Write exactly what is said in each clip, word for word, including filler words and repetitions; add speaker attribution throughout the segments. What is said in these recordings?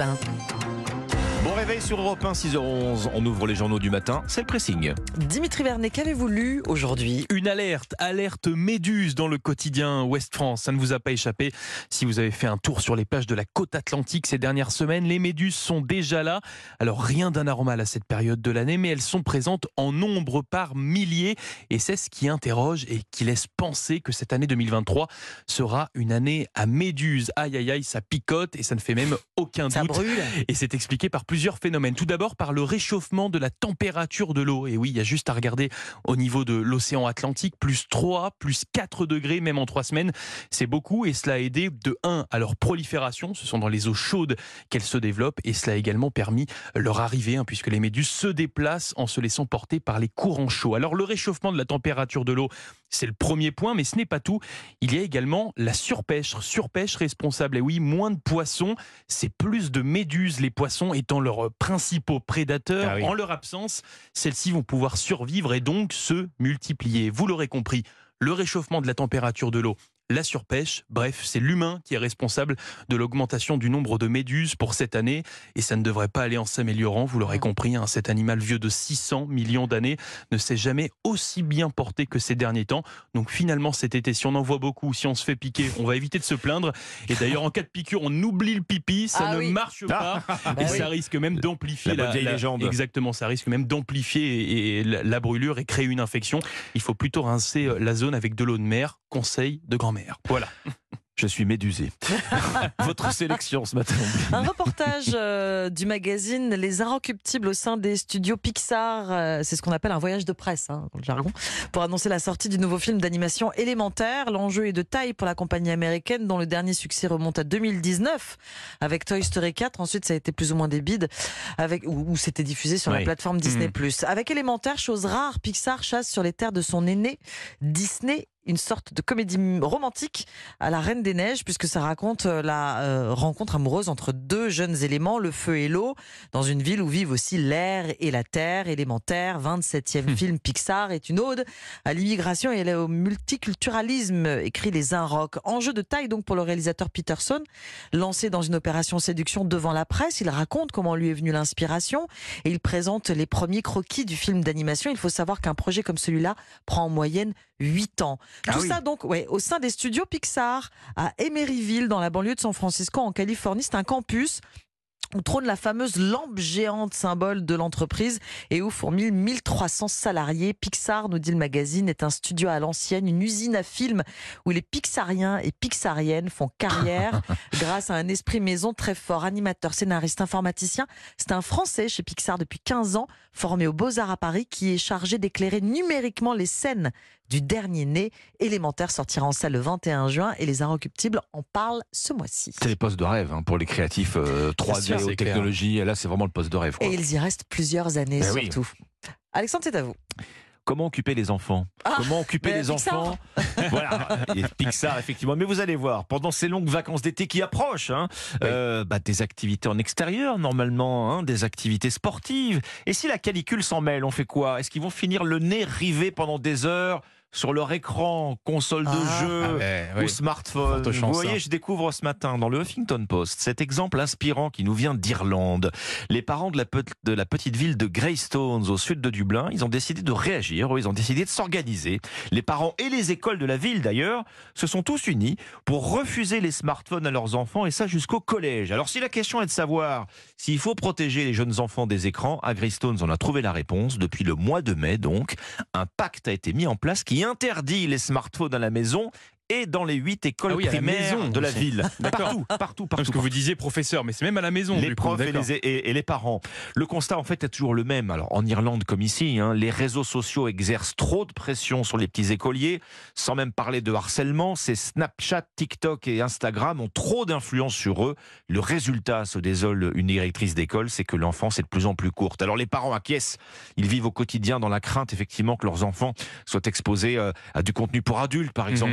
Speaker 1: un.
Speaker 2: Bon réveil sur Europe un, six heures onze. On ouvre les journaux du matin, c'est le pressing.
Speaker 1: Dimitri Vernet, qu'avez-vous lu aujourd'hui ?
Speaker 3: Une alerte, alerte méduse dans le quotidien Ouest France. Ça ne vous a pas échappé si vous avez fait un tour sur les plages de la côte atlantique ces dernières semaines. Les méduses sont déjà là. Alors rien d'anormal à cette période de l'année, mais elles sont présentes en nombre par milliers. Et c'est ce qui interroge et qui laisse penser que cette année deux mille vingt-trois sera une année à méduses. Aïe aïe aïe, ça picote et ça ne fait même aucun
Speaker 1: Ça
Speaker 3: doute.
Speaker 1: brûle.
Speaker 3: Et c'est expliqué par plusieurs phénomènes. Tout d'abord par le réchauffement de la température de l'eau. Et oui, il y a juste à regarder au niveau de l'océan Atlantique, plus trois, plus quatre degrés, même en trois semaines. C'est beaucoup et cela a aidé de un à leur prolifération. Ce sont dans les eaux chaudes qu'elles se développent et cela a également permis leur arrivée, hein, puisque les méduses se déplacent en se laissant porter par les courants chauds. Alors le réchauffement de la température de l'eau, c'est le premier point, mais ce n'est pas tout. Il y a également la surpêche. Surpêche responsable, et oui, moins de poissons, c'est plus de méduses, les poissons étant leurs principaux prédateurs.
Speaker 2: Ah oui.
Speaker 3: En leur absence, celles-ci vont pouvoir survivre et donc se multiplier. Vous l'aurez compris, le réchauffement de la température de l'eau, la surpêche, bref, c'est l'humain qui est responsable de l'augmentation du nombre de méduses pour cette année et ça ne devrait pas aller en s'améliorant, vous l'aurez compris, hein, cet animal vieux de six cents millions d'années ne s'est jamais aussi bien porté que ces derniers temps. Donc finalement cet été, si on en voit beaucoup, si on se fait piquer, on va éviter de se plaindre et d'ailleurs en cas de piqûre, on oublie le pipi, ça
Speaker 1: Ah
Speaker 3: ne
Speaker 1: oui.
Speaker 3: marche pas et
Speaker 1: oui.
Speaker 3: ça risque même d'amplifier
Speaker 2: La bonne vieille légende.
Speaker 3: Exactement, ça risque même d'amplifier et, et la, la brûlure et créer une infection. Il faut plutôt rincer la zone avec de l'eau de mer, conseil de grand-mère. Voilà.
Speaker 2: Je suis médusé. Votre sélection ce matin.
Speaker 1: Un reportage euh, du magazine Les Inrecuptibles au sein des studios Pixar. Euh, c'est ce qu'on appelle un voyage de presse, hein, dans le jargon, pour annoncer la sortie du nouveau film d'animation Élémentaire. L'enjeu est de taille pour la compagnie américaine, dont le dernier succès remonte à deux mille dix-neuf avec Toy Story quatre. Ensuite, ça a été plus ou moins des bides, avec, où, où c'était diffusé sur
Speaker 2: Oui.
Speaker 1: la plateforme Disney+.
Speaker 3: Mmh.
Speaker 1: Avec Élémentaire, chose rare, Pixar chasse sur les terres de son aîné Disney une sorte de comédie romantique à la Reine des Neiges, puisque ça raconte la euh, rencontre amoureuse entre deux jeunes éléments, le feu et l'eau, dans une ville où vivent aussi l'air et la terre. Élémentaire, vingt-septième film Pixar, est une ode à l'immigration et au multiculturalisme, écrit les Inrocks. Enjeu de taille donc pour le réalisateur Peterson, lancé dans une opération séduction devant la presse. Il raconte comment lui est venue l'inspiration et il présente les premiers croquis du film d'animation. Il faut savoir qu'un projet comme celui-là prend en moyenne huit ans.
Speaker 2: Ah
Speaker 1: Tout
Speaker 2: oui.
Speaker 1: ça donc ouais, au sein des studios Pixar à Emeryville, dans la banlieue de San Francisco, en Californie. C'est un campus où trône la fameuse lampe géante, symbole de l'entreprise, et où fourmillent mille trois cents salariés. Pixar, nous dit le magazine, est un studio à l'ancienne, une usine à films où les Pixariens et Pixariennes font carrière grâce à un esprit maison très fort. Animateur, scénariste, informaticien, c'est un Français chez Pixar depuis quinze ans, formé aux Beaux-Arts à Paris, qui est chargé d'éclairer numériquement les scènes du dernier né. Élémentaire sortira en salle le vingt et un juin et les Inrecuptibles en parlent ce mois-ci.
Speaker 2: C'est les postes de rêve hein, pour les créatifs euh, trois D,
Speaker 3: sûr, c'est
Speaker 2: haute technologie. Et là, c'est vraiment le poste de rêve. Quoi.
Speaker 1: Et ils y restent plusieurs années
Speaker 2: Ben oui.
Speaker 1: surtout. Alexandre, c'est à vous.
Speaker 2: Comment occuper les enfants
Speaker 1: Ah,
Speaker 2: Comment occuper
Speaker 1: mais
Speaker 2: les
Speaker 1: Pixar.
Speaker 2: enfants Voilà, et Pixar effectivement. Mais vous allez voir, pendant ces longues vacances d'été qui approchent, hein,
Speaker 3: Oui.
Speaker 2: euh, bah, des activités en extérieur normalement, hein, des activités sportives. Et si la canicule s'en mêle, on fait quoi? Est-ce qu'ils vont finir le nez rivé pendant des heures sur leur écran, console de
Speaker 1: Ah.
Speaker 2: jeu
Speaker 3: Ah ouais,
Speaker 2: ou
Speaker 3: oui.
Speaker 2: smartphone?
Speaker 3: Forte chance,
Speaker 2: Vous voyez,
Speaker 3: hein.
Speaker 2: je découvre ce matin dans le Huffington Post cet exemple inspirant qui nous vient d'Irlande. Les parents de la, pe- de la petite ville de Greystones au sud de Dublin, ils ont décidé de réagir, ils ont décidé de s'organiser. Les parents et les écoles de la ville d'ailleurs se sont tous unis pour refuser les smartphones à leurs enfants et ça jusqu'au collège. Alors si la question est de savoir s'il faut protéger les jeunes enfants des écrans, à Greystones on a trouvé la réponse. Depuis le mois de mai donc, un pacte a été mis en place qui interdit les smartphones à la maison et dans les huit écoles
Speaker 3: Ah oui, à la
Speaker 2: primaires
Speaker 3: maison
Speaker 2: de la
Speaker 3: aussi.
Speaker 2: ville.
Speaker 3: D'accord.
Speaker 2: Partout, partout,
Speaker 3: Parce
Speaker 2: partout.
Speaker 3: que vous disiez professeur, mais c'est même à la maison.
Speaker 2: Les
Speaker 3: du coup,
Speaker 2: profs et
Speaker 3: d'accord.
Speaker 2: les, et, et les parents. Le constat, en fait, est toujours le même. Alors, en Irlande comme ici, hein, les réseaux sociaux exercent trop de pression sur les petits écoliers, sans même parler de harcèlement. Ces Snapchat, TikTok et Instagram ont trop d'influence sur eux. Le résultat, se désole une directrice d'école, c'est que l'enfance est de plus en plus courte. Alors, les parents acquiescent. Ils vivent au quotidien dans la crainte, effectivement, que leurs enfants soient exposés euh, à du contenu pour adultes, par exemple.
Speaker 3: Mhm.
Speaker 2: On sait combien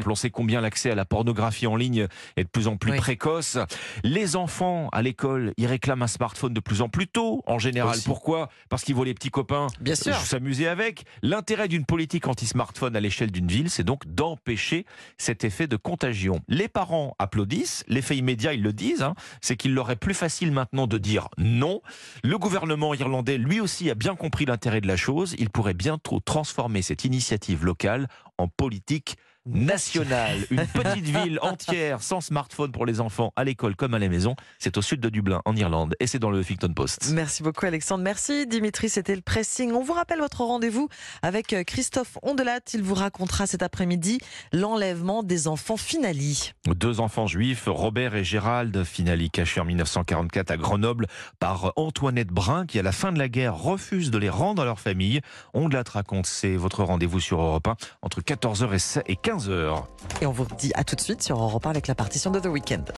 Speaker 2: combien l'accès à la pornographie en ligne est de plus en plus
Speaker 1: Oui.
Speaker 2: précoce. Les enfants à l'école, ils réclament un smartphone de plus en plus tôt, en général.
Speaker 3: Aussi.
Speaker 2: Pourquoi ? Parce qu'ils voient les petits copains
Speaker 1: Bien sûr.
Speaker 2: s'amuser avec. L'intérêt d'une politique anti-smartphone à l'échelle d'une ville, c'est donc d'empêcher cet effet de contagion. Les parents applaudissent, les faits immédiats, ils le disent, hein, c'est qu'il leur est plus facile maintenant de dire non. Le gouvernement irlandais, lui aussi, a bien compris l'intérêt de la chose. Il pourrait bientôt transformer cette initiative locale en politique nationale. Une petite ville entière sans smartphone pour les enfants à l'école comme à la maison. C'est au sud de Dublin, en Irlande, et c'est dans le Huffington Post.
Speaker 1: Merci beaucoup Alexandre. Merci Dimitri, c'était le pressing. On vous rappelle votre rendez-vous avec Christophe Ondelat. Il vous racontera cet après-midi l'enlèvement des enfants Finali.
Speaker 2: Deux enfants juifs, Robert et Gérald Finali, cachés en mille neuf cent quarante-quatre à Grenoble par Antoinette Brun, qui à la fin de la guerre refuse de les rendre à leur famille. Ondelat raconte, c'est votre rendez-vous sur Europe un entre quatorze heures et quinze heures.
Speaker 1: Et on vous dit à tout de suite sur Europe un avec la partition de The Weeknd.